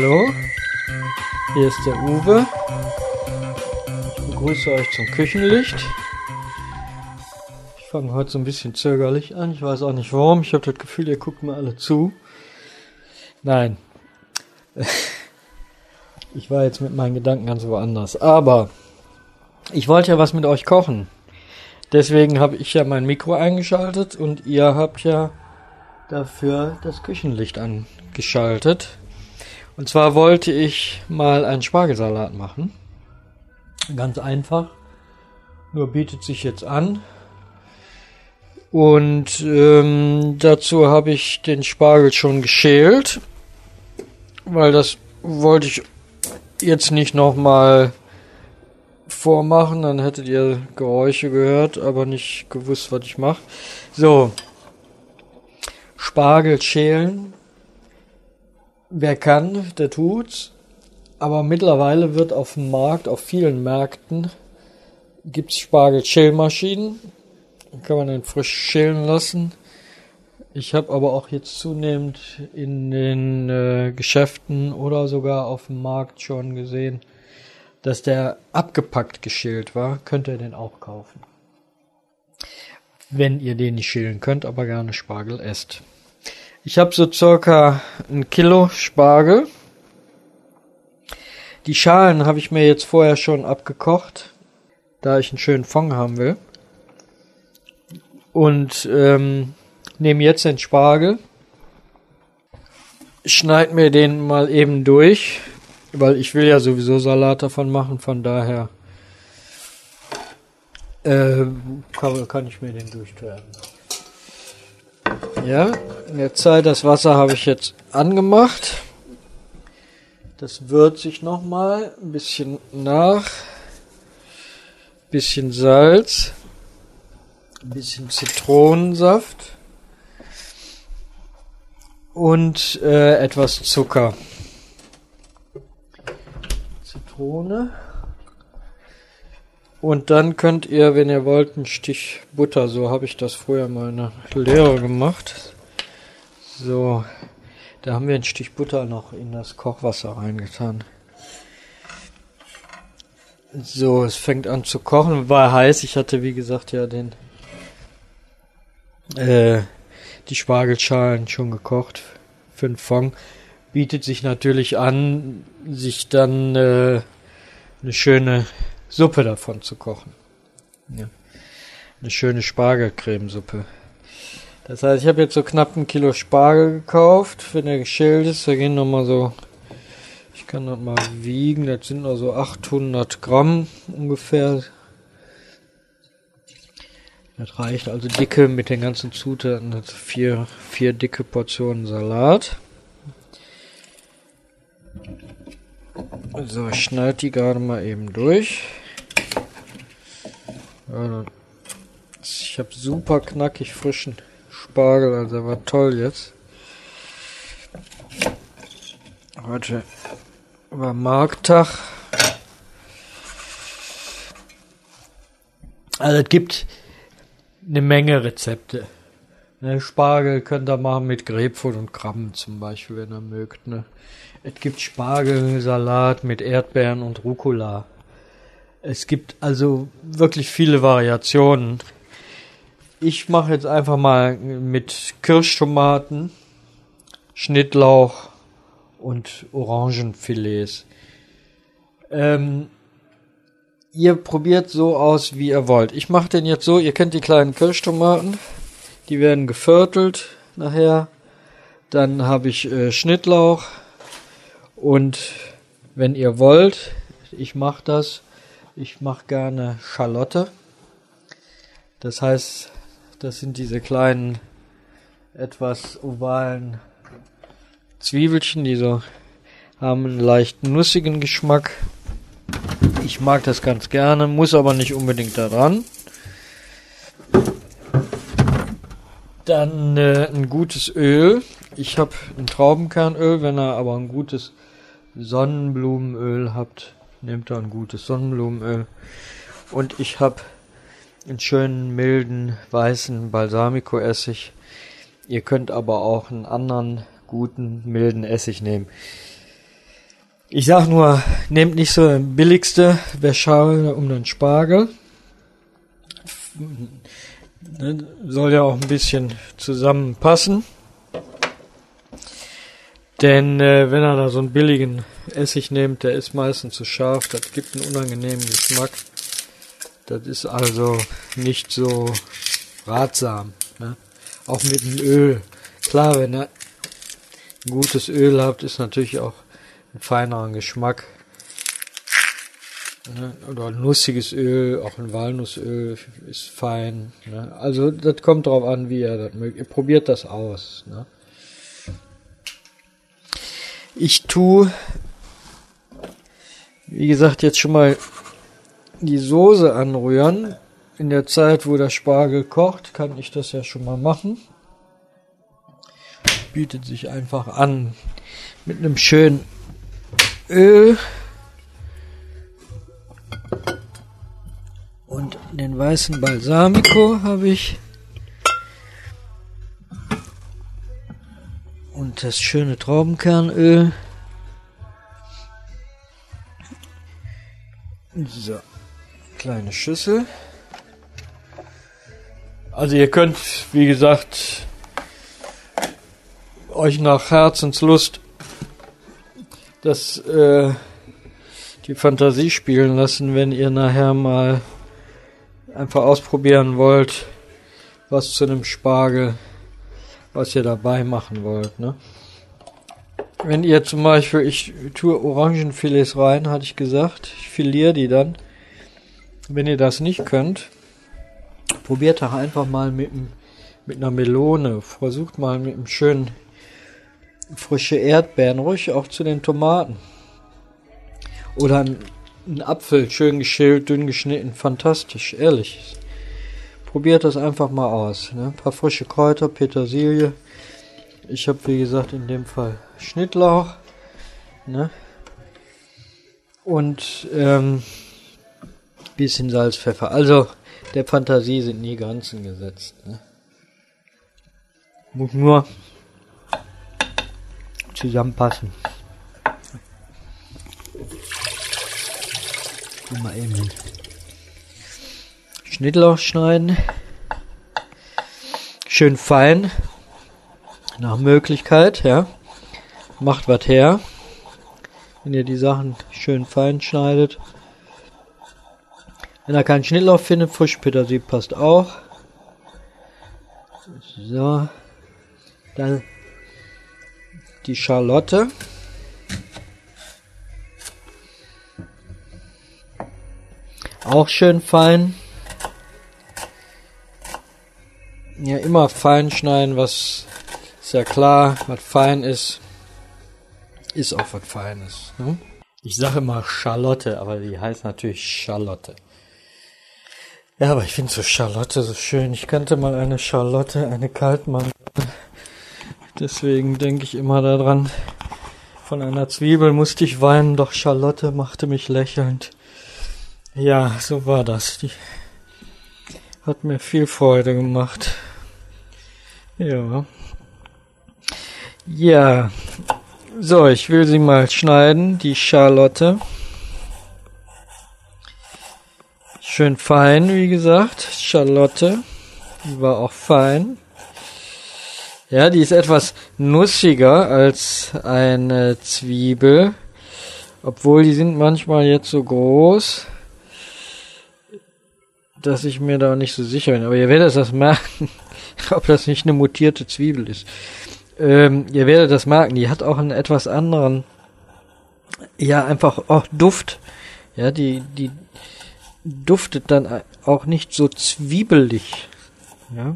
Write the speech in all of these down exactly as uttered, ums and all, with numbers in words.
Hallo, hier ist der Uwe. Ich begrüße euch zum Küchenlicht. Ich fange heute so ein bisschen zögerlich an. Ich weiß auch nicht warum. Ich habe das Gefühl, ihr guckt mir alle zu. Nein. Ich war jetzt mit meinen Gedanken ganz woanders. Aber ich wollte ja was mit euch kochen. Deswegen habe ich ja mein Mikro eingeschaltet und ihr habt ja dafür das Küchenlicht angeschaltet. Und zwar wollte ich mal einen Spargelsalat machen. Ganz einfach. Nur bietet sich jetzt an. Und ähm, dazu habe ich den Spargel schon geschält. Weil das wollte ich jetzt nicht nochmal vormachen. Dann hättet ihr Geräusche gehört, aber nicht gewusst, was ich mache. So. Spargel schälen. Wer kann, der tut's. Aber mittlerweile wird auf dem Markt, auf vielen Märkten, gibt's Spargel-Schälmaschinen. Dann kann man den frisch schälen lassen. Ich habe aber auch jetzt zunehmend in den äh, Geschäften oder sogar auf dem Markt schon gesehen, dass der abgepackt geschält war. Könnt ihr den auch kaufen. Wenn ihr den nicht schälen könnt, aber gerne Spargel esst. Ich habe so circa ein Kilo Spargel. Die Schalen habe ich mir jetzt vorher schon abgekocht, da ich einen schönen Fond haben will. Und ähm, nehme jetzt den Spargel, schneide mir den mal eben durch, weil ich will ja sowieso Salat davon machen, von daher äh, kann, kann ich mir den durchtrennen. Ja, in der Zeit, das Wasser habe ich jetzt angemacht. Das würze ich nochmal. Ein bisschen nach. Ein bisschen Salz. Ein bisschen Zitronensaft. Und äh, etwas Zucker. Zitrone. Und dann könnt ihr, wenn ihr wollt, einen Stich Butter, so habe ich das früher mal in der Lehre gemacht. So, da haben wir einen Stich Butter noch in das Kochwasser reingetan. So, es fängt an zu kochen, war heiß. Ich hatte, wie gesagt, ja den äh, die Spargelschalen schon gekocht für den Fond. Bietet sich natürlich an, sich dann äh, eine schöne Suppe davon zu kochen. Ja. Eine schöne Spargelcremesuppe. Das heißt, ich habe jetzt so knapp ein Kilo Spargel gekauft. Wenn der geschält ist, da gehen nochmal so, ich kann das mal wiegen, das sind noch so achthundert Gramm ungefähr. Das reicht also dicke mit den ganzen Zutaten, das vier, vier dicke Portionen Salat. So, ich schneide die gerade mal eben durch. Ich habe super knackig frischen Spargel, also der war toll jetzt. Heute war Markttag. Also es gibt eine Menge Rezepte. Ne, Spargel könnt ihr machen mit Grapefruit und Krabben zum Beispiel, wenn ihr mögt. Ne. Es gibt Spargelsalat mit Erdbeeren und Rucola. Es gibt also wirklich viele Variationen. Ich mache jetzt einfach mal mit Kirschtomaten, Schnittlauch und Orangenfilets. Ähm, ihr probiert so aus, wie ihr wollt. Ich mache den jetzt so, ihr kennt die kleinen Kirschtomaten, die werden geviertelt nachher. Dann habe ich äh, Schnittlauch und wenn ihr wollt, ich mache das, ich mache gerne Schalotte. Das heißt, das sind diese kleinen, etwas ovalen Zwiebelchen, die so haben einen leicht nussigen Geschmack. Ich mag das ganz gerne, muss aber nicht unbedingt da dran. Dann äh, ein gutes Öl. Ich habe ein Traubenkernöl, wenn ihr aber ein gutes Sonnenblumenöl habt, nehmt da ein gutes Sonnenblumenöl. Und ich habe einen schönen, milden, weißen Balsamico-Essig. Ihr könnt aber auch einen anderen guten, milden Essig nehmen. Ich sag nur, nehmt nicht so den billigste, wäre schade um den Spargel. Soll ja auch ein bisschen zusammenpassen. Denn äh, wenn er da so einen billigen Essig nimmt, der ist meistens zu scharf, das gibt einen unangenehmen Geschmack. Das ist also nicht so ratsam. Ne? Auch mit dem Öl. Klar, wenn ihr ein gutes Öl habt, ist natürlich auch ein feineren Geschmack. Ne? Oder ein nussiges Öl, auch ein Walnussöl ist fein. Ne? Also das kommt drauf an, wie ihr das mögt. Ihr probiert das aus. Ne? Ich tue, wie gesagt, jetzt schon mal die Soße anrühren. In der Zeit, wo der Spargel kocht, kann ich das ja schon mal machen. Bietet sich einfach an mit einem schönen Öl und den weißen Balsamico habe ich und das schöne Traubenkernöl. So, kleine Schüssel. Also ihr könnt, wie gesagt, euch nach Herzenslust das äh, die Fantasie spielen lassen, wenn ihr nachher mal einfach ausprobieren wollt, was zu einem Spargel, was ihr dabei machen wollt. Ne? Wenn ihr zum Beispiel, ich tue Orangenfilets rein, hatte ich gesagt, ich filiere die dann. Wenn ihr das nicht könnt, probiert doch einfach mal mit, mit einer Melone, versucht mal mit einem schönen frische Erdbeeren, ruhig auch zu den Tomaten. Oder ein, ein Apfel, schön geschält, dünn geschnitten, fantastisch, ehrlich. Probiert das einfach mal aus. Ne? Ein paar frische Kräuter, Petersilie. Ich habe, wie gesagt, in dem Fall Schnittlauch. Ne? Und ähm, bisschen Salz, Pfeffer. Also, der Fantasie sind nie Grenzen gesetzt. Ne? Muss nur zusammenpassen. Mal eben den Schnittlauch schneiden. Schön fein. Nach Möglichkeit, ja. Macht was her. Wenn ihr die Sachen schön fein schneidet. Wenn ihr keinen Schnittlauch findet, Frischpetersilie passt auch. So. Dann die Schalotte. Auch schön fein. Ja, immer fein schneiden, was ist ja klar, was fein ist, ist auch was Feines. Ne? Ich sage immer Schalotte, aber die heißt natürlich Schalotte. Ja, aber ich finde so Schalotte so schön. Ich kannte mal eine Schalotte, eine Kaltmann. Deswegen denke ich immer daran. Von einer Zwiebel musste ich weinen, doch Schalotte machte mich lächelnd. Ja, so war das. Die hat mir viel Freude gemacht. Ja. Ja. So, ich will sie mal schneiden, die Schalotte. Schön fein, wie gesagt. Schalotte. Die war auch fein. Ja, die ist etwas nussiger als eine Zwiebel. Obwohl die sind manchmal jetzt so groß, dass ich mir da nicht so sicher bin. Aber ihr werdet das merken, ob das nicht eine mutierte Zwiebel ist. Ähm, ihr werdet das merken, die hat auch einen etwas anderen, ja, einfach auch Duft. Ja, die, die duftet dann auch nicht so zwiebelig. Ja.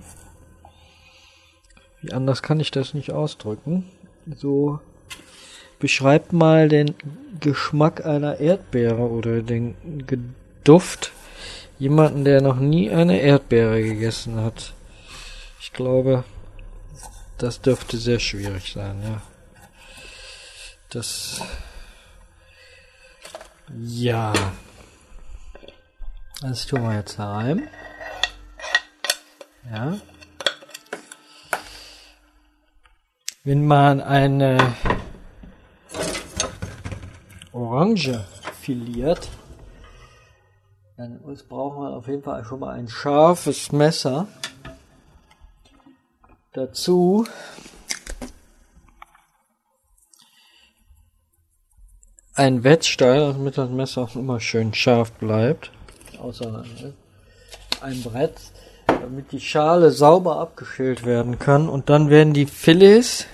Wie anders kann ich das nicht ausdrücken. So, beschreibt mal den Geschmack einer Erdbeere oder den Duft. Jemanden, der noch nie eine Erdbeere gegessen hat. Ich glaube, das dürfte sehr schwierig sein, ja. Das, ja. Das tun wir jetzt da rein. Ja. Wenn man eine Orange filiert, dann brauchen wir auf jeden Fall schon mal ein scharfes Messer. Dazu ein Wetzstein, damit das Messer auch immer schön scharf bleibt. Außer ein Brett, damit die Schale sauber abgeschält werden kann. Und dann werden die Filets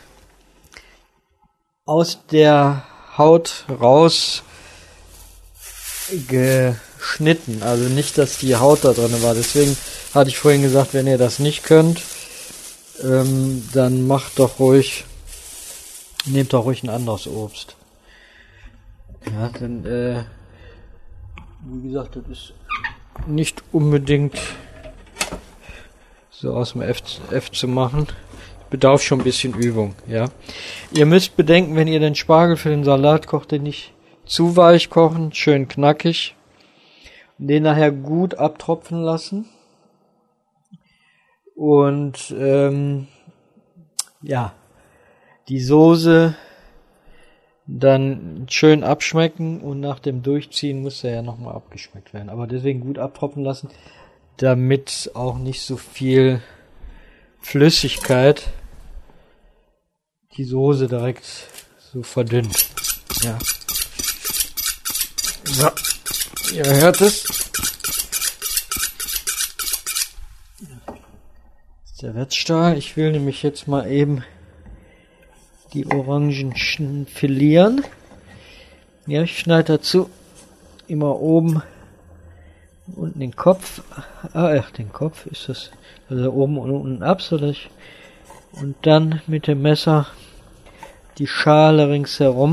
aus der Haut raus geschnitten. Also nicht, dass die Haut da drin war. Deswegen hatte ich vorhin gesagt, wenn ihr das nicht könnt, ähm, dann macht doch ruhig, nehmt doch ruhig ein anderes Obst. Ja, denn, äh, wie gesagt, das ist nicht unbedingt so aus dem F, F zu machen. Bedarf schon ein bisschen Übung, ja. Ihr müsst bedenken, wenn ihr den Spargel für den Salat kocht, den nicht zu weich kochen, schön knackig. Und den nachher gut abtropfen lassen. Und, ähm, ja, die Soße dann schön abschmecken und nach dem Durchziehen muss er ja nochmal abgeschmeckt werden. Aber deswegen gut abtropfen lassen, damit auch nicht so viel Flüssigkeit die Soße direkt so verdünnt. Ja. So, ihr hört es. Das ist der Wetzstahl. Ich will nämlich jetzt mal eben die Orangen filieren. Ja, ich schneide dazu immer oben unten den Kopf. Ah, ach, den Kopf ist das. Also oben und unten ab, so dass ich, und dann mit dem Messer die Schale ringsherum,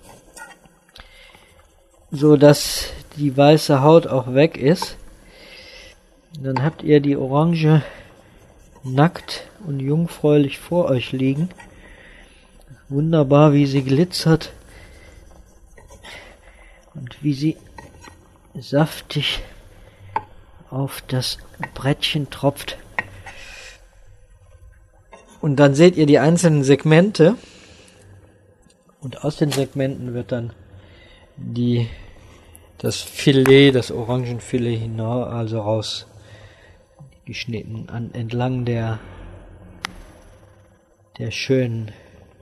so dass die weiße Haut auch weg ist. Dann habt ihr die Orange nackt und jungfräulich vor euch liegen. Wunderbar, wie sie glitzert und wie sie saftig auf das Brettchen tropft. Und dann seht ihr die einzelnen Segmente und aus den Segmenten wird dann die das Filet, das Orangenfilet hinaus, also raus geschnitten an entlang der der schönen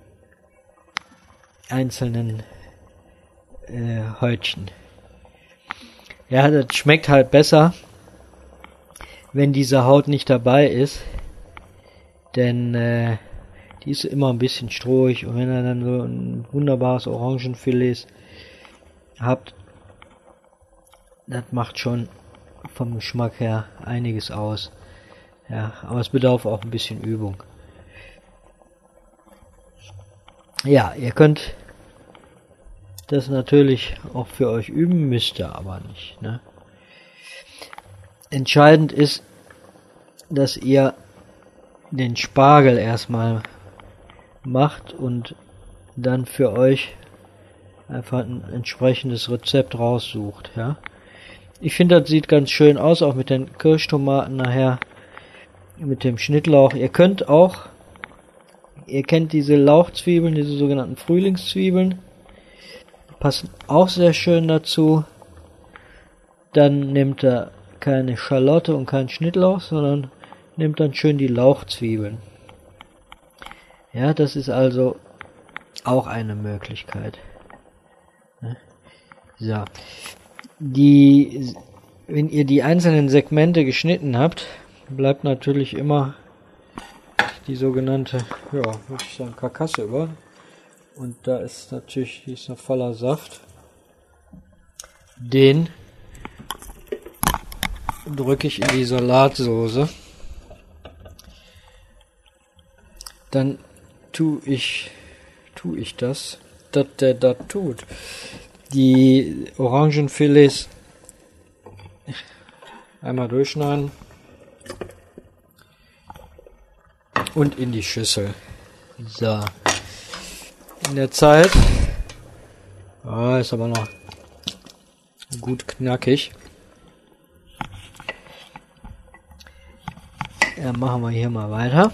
einzelnen äh, Häutchen. Ja, das schmeckt halt besser, wenn diese Haut nicht dabei ist, denn äh, die ist immer ein bisschen strohig und wenn ihr dann so ein wunderbares Orangenfilet habt, das macht schon vom Geschmack her einiges aus. Ja, aber es bedarf auch ein bisschen Übung. Ja, ihr könnt das natürlich auch für euch üben, müsst ihr aber nicht, ne? Entscheidend ist, dass ihr den Spargel erstmal macht und dann für euch einfach ein entsprechendes Rezept raussucht, ja. Ich finde, das sieht ganz schön aus, auch mit den Kirschtomaten nachher, mit dem Schnittlauch. Ihr könnt auch, ihr kennt diese Lauchzwiebeln, diese sogenannten Frühlingszwiebeln, passen auch sehr schön dazu. Dann nehmt ihr keine Schalotte und keinen Schnittlauch, sondern nehmt dann schön die Lauchzwiebeln. Ja, das ist also auch eine Möglichkeit. So. Die, wenn ihr die einzelnen Segmente geschnitten habt, bleibt natürlich immer die sogenannte, ja, würde ich sagen, Karkasse über. Und da ist natürlich, die ist noch voller Saft. Den drücke ich in die Salatsoße. Dann tue ich, tue ich das, dass der das tut. Die Orangenfilets einmal durchschneiden und in die Schüssel. So. In der Zeit, oh, ist aber noch gut knackig. Ja, machen wir hier mal weiter.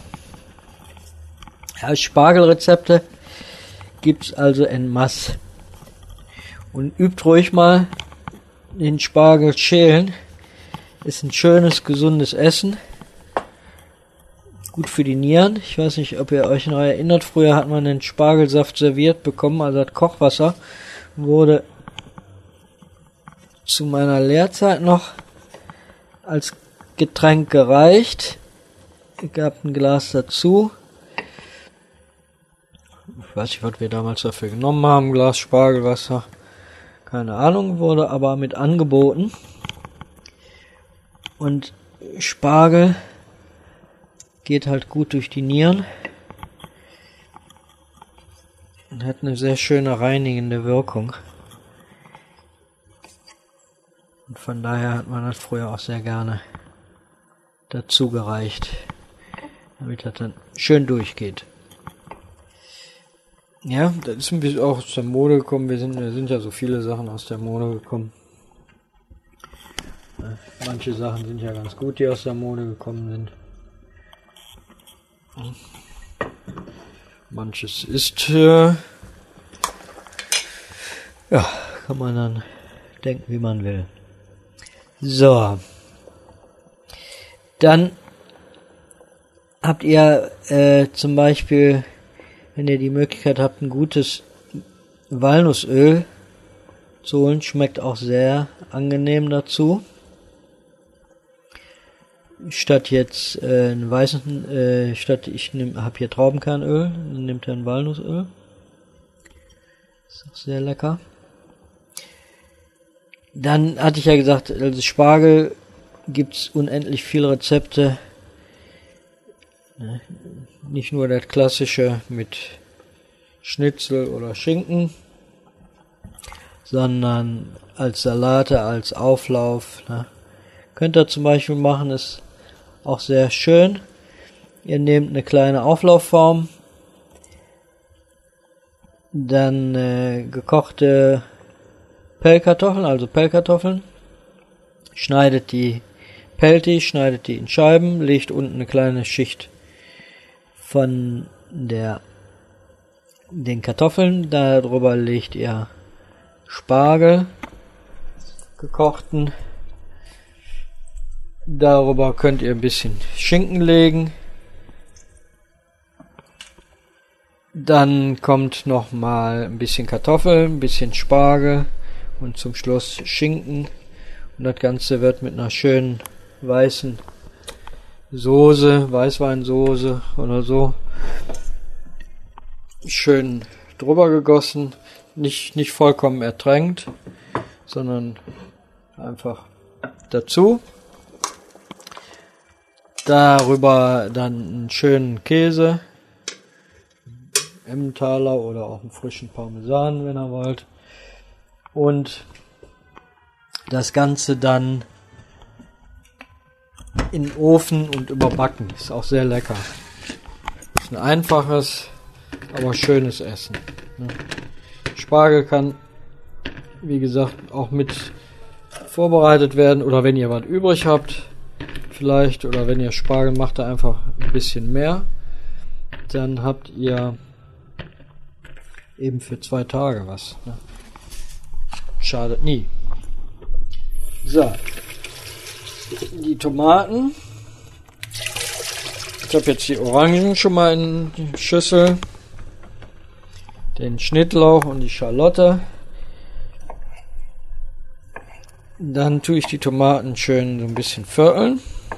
Ja, Spargelrezepte gibt's also en masse. Und übt ruhig mal den Spargel schälen. Ist ein schönes, gesundes Essen. Gut für die Nieren. Ich weiß nicht, ob ihr euch noch erinnert, früher hat man den Spargelsaft serviert bekommen, also das Kochwasser wurde zu meiner Lehrzeit noch als Getränk gereicht. Es gab ein Glas dazu. Ich weiß nicht, was wir damals dafür genommen haben, Glas Spargelwasser. Keine Ahnung, wurde aber mit angeboten. Und Spargel geht halt gut durch die Nieren und hat eine sehr schöne reinigende Wirkung. Und von daher hat man das früher auch sehr gerne dazu gereicht, damit das dann schön durchgeht. Ja, das ist ein bisschen auch aus der Mode gekommen. Wir sind, wir sind ja so viele Sachen aus der Mode gekommen. Manche Sachen sind ja ganz gut, die aus der Mode gekommen sind. Manches ist, äh, ja, kann man dann denken, wie man will. So. Dann habt ihr äh, zum Beispiel, wenn ihr die Möglichkeit habt, ein gutes Walnussöl zu holen, schmeckt auch sehr angenehm dazu. Statt jetzt äh, einen weißen, äh, statt ich nehm, hab hier Traubenkernöl, dann nimmt er ein Walnussöl. Ist auch sehr lecker. Dann hatte ich ja gesagt, also Spargel gibt's unendlich viele Rezepte. Nicht nur das klassische mit Schnitzel oder Schinken, sondern als Salate, als Auflauf. Ne? Könnt ihr zum Beispiel machen, ist auch sehr schön. Ihr nehmt eine kleine Auflaufform, dann äh, gekochte Pellkartoffeln, also Pellkartoffeln, schneidet die peltig, schneidet die in Scheiben, legt unten eine kleine Schicht von der den Kartoffeln, darüber legt ihr Spargel, gekochten. Darüber könnt ihr ein bisschen Schinken legen. Dann kommt noch mal ein bisschen Kartoffel, ein bisschen Spargel und zum Schluss Schinken. Und das Ganze wird mit einer schönen weißen Soße, Weißweinsoße oder so, schön drüber gegossen. Nicht, nicht vollkommen ertränkt, sondern einfach dazu. Darüber dann einen schönen Käse, Emmentaler oder auch einen frischen Parmesan, wenn ihr wollt. Und das Ganze dann in den Ofen und überbacken. Ist auch sehr lecker. Ist ein einfaches, aber schönes Essen. Spargel kann, wie gesagt, auch mit vorbereitet werden. Oder wenn ihr was übrig habt, vielleicht, oder wenn ihr Spargel macht, da einfach ein bisschen mehr. Dann habt ihr eben für zwei Tage was. Ne? Schadet nie. So. Die Tomaten. Ich habe jetzt die Orangen schon mal in die Schüssel. Den Schnittlauch und die Schalotte. Dann tue ich die Tomaten schön so ein bisschen vierteln.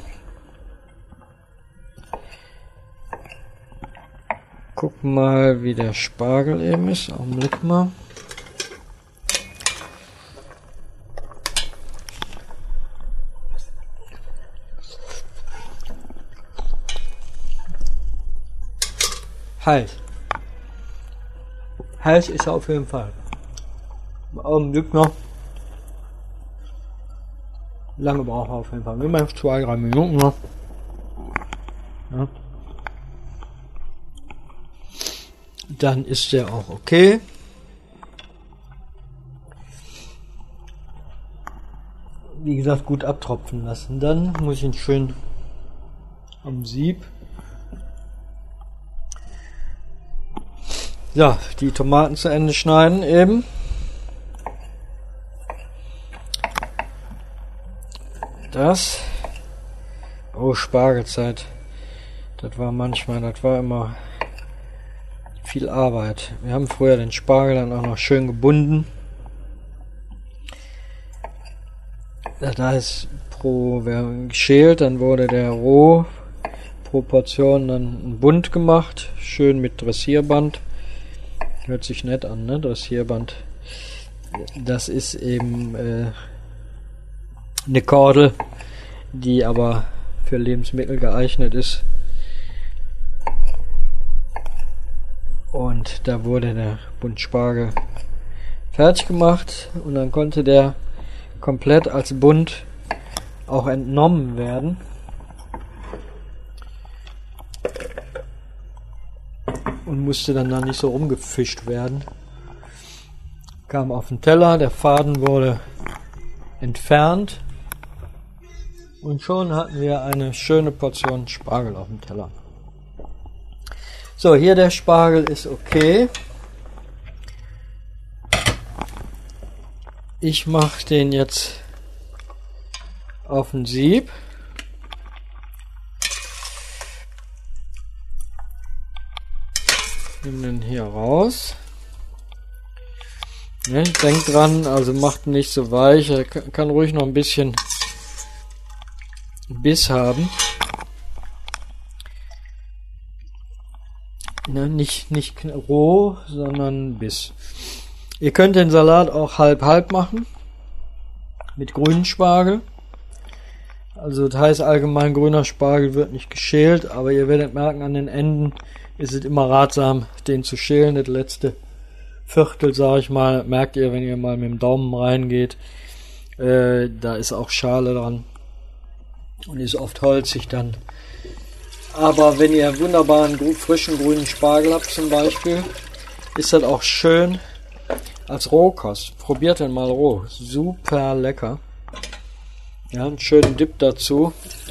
Guck mal, wie der Spargel eben ist. Augenblick mal. Heiß. Heiß ist er auf jeden Fall. Augenblick noch. Lange braucht er auf jeden Fall. Immer zwei, drei Minuten noch. Ja. Dann ist der auch okay. Wie gesagt, gut abtropfen lassen. Dann muss ich ihn schön am Sieb. Ja, die Tomaten zu Ende schneiden eben. das. Oh, Spargelzeit. Das war manchmal, das war immer viel Arbeit. Wir haben früher den Spargel dann auch noch schön gebunden. Da ist pro, wer geschält, dann wurde der roh pro Portion dann bunt gemacht, schön mit Dressierband. Hört sich nett an, ne? Dressierband. Das ist eben äh, eine Kordel, die aber für Lebensmittel geeignet ist. Und da wurde der Buntspargel fertig gemacht und dann konnte der komplett als Bund auch entnommen werden. Und musste dann da nicht so rumgefischt werden. Kam auf den Teller, der Faden wurde entfernt und schon hatten wir eine schöne Portion Spargel auf dem Teller. So, hier der Spargel ist okay. Ich mache den jetzt auf ein Sieb. Nimm den hier raus. Ja, denkt dran, also macht ihn nicht so weich. Er kann ruhig noch ein bisschen Biss haben. Ne, nicht, nicht roh, sondern Biss. Ihr könnt den Salat auch halb-halb machen. Mit grünen Spargel. Also das heißt allgemein, grüner Spargel wird nicht geschält, aber ihr werdet merken, an den Enden ist es immer ratsam, den zu schälen. Das letzte Viertel, sage ich mal, merkt ihr, wenn ihr mal mit dem Daumen reingeht. Äh, da ist auch Schale dran und ist oft holzig dann. Aber wenn ihr wunderbaren, frischen grünen Spargel habt zum Beispiel, ist das auch schön als Rohkost. Probiert den mal roh. Super lecker. Ja, einen schönen Dip dazu.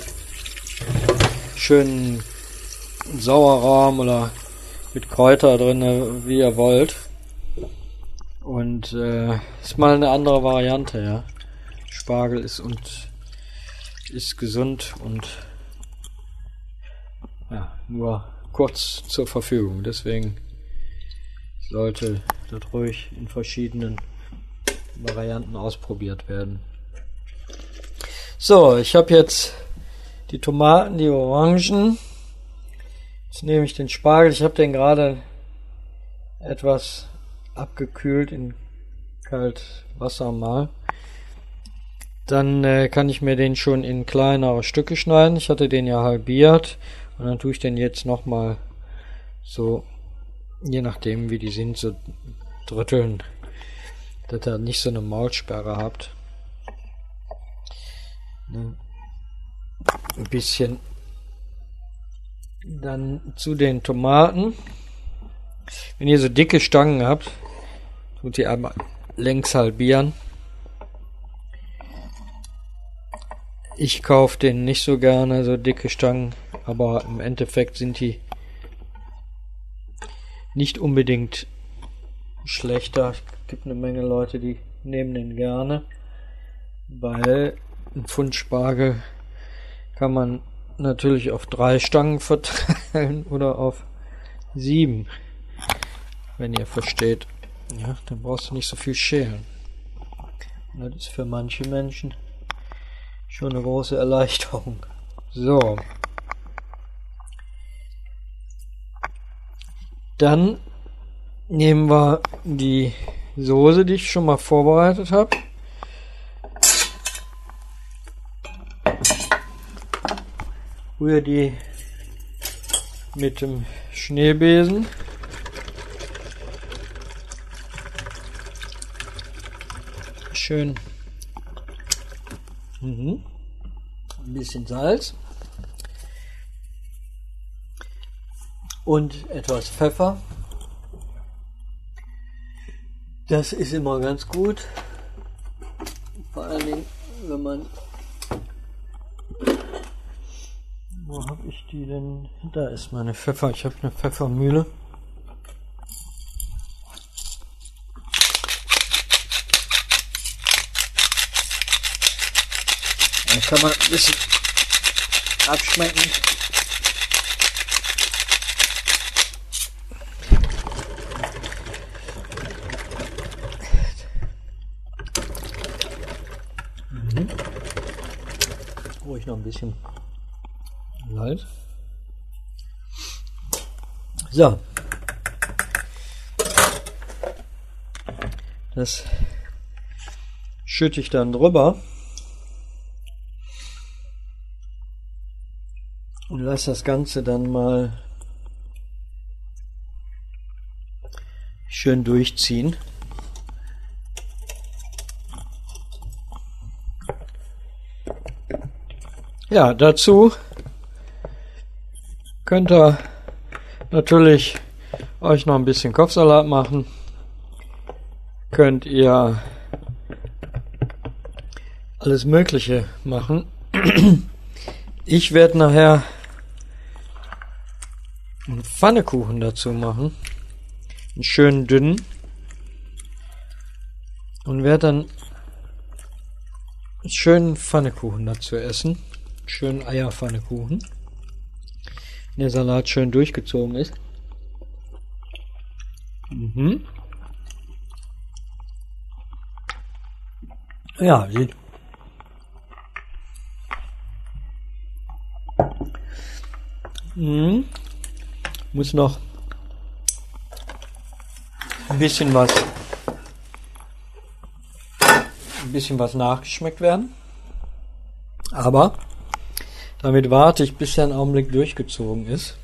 Schönen Sauerrahm oder mit Kräuter drin, wie ihr wollt. Und äh, ist mal eine andere Variante, ja. Spargel ist und ist gesund und ja, nur kurz zur Verfügung. Deswegen sollte das ruhig in verschiedenen Varianten ausprobiert werden. So, ich habe jetzt die Tomaten, die Orangen. Jetzt nehme ich den Spargel. Ich habe den gerade etwas abgekühlt in kalt Wasser mal. Dann äh, kann ich mir den schon in kleinere Stücke schneiden. Ich hatte den ja halbiert und dann tue ich den jetzt nochmal so, je nachdem wie die sind, so dritteln, dass ihr nicht so eine Maulsperre habt. Ne? Ein bisschen. Dann zu den Tomaten. Wenn ihr so dicke Stangen habt, tut ihr einmal längs halbieren. Ich kaufe den nicht so gerne, so dicke Stangen, aber im Endeffekt sind die nicht unbedingt schlechter. Es gibt eine Menge Leute, die nehmen den gerne, weil ein Pfund Spargel kann man natürlich auf drei Stangen verteilen oder auf sieben, wenn ihr versteht. Ja, dann brauchst du nicht so viel schälen. Und das ist für manche Menschen schon eine große Erleichterung. So. Dann nehmen wir die Soße, die ich schon mal vorbereitet habe. Rühre die mit dem Schneebesen. Schön. Mhm. Ein bisschen Salz. Und etwas Pfeffer. Das ist immer ganz gut. Vor allen Dingen, wenn man... Wo habe ich die denn? Da ist meine Pfeffer. Ich habe eine Pfeffermühle. Dann kann man ein bisschen abschmecken. Mhm. Ruhig noch ein bisschen Salz. So. Das schütte ich dann drüber und lasse das Ganze dann mal schön durchziehen. Ja, dazu könnt ihr natürlich euch noch ein bisschen Kopfsalat machen. Könnt ihr alles Mögliche machen. Ich werde nachher einen Pfannekuchen dazu machen. Einen schönen dünnen. Und werde dann einen schönen Pfannekuchen dazu essen. Einen schönen Eierpfannekuchen. Wenn der Salat schön durchgezogen ist. Mhm. Ja, sieht mhm. Muss noch ein bisschen was ein bisschen was nachgeschmeckt werden. Aber damit warte ich, bis er einen Augenblick durchgezogen ist.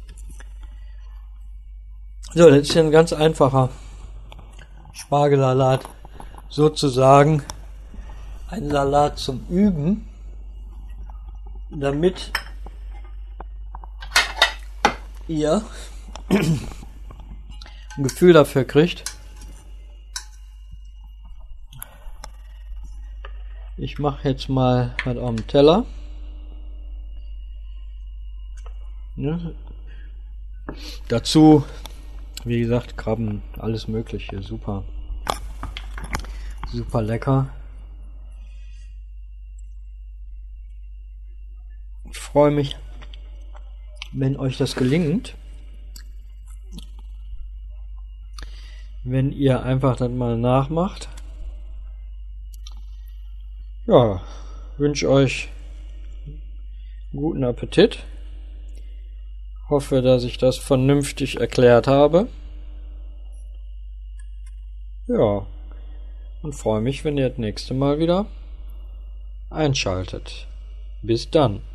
So, das ist ja ein ganz einfacher Spargelsalat, sozusagen ein Salat zum Üben, damit ihr ein Gefühl dafür kriegt. Ich mache jetzt mal was auf dem Teller. Ja. Dazu, wie gesagt, Krabben, alles Mögliche, super, super lecker. Ich freue mich, wenn euch das gelingt, wenn ihr einfach das mal nachmacht. Ja, wünsche euch guten Appetit. Hoffe, dass ich das vernünftig erklärt habe. Ja, und freue mich, wenn ihr das nächste Mal wieder einschaltet. Bis dann.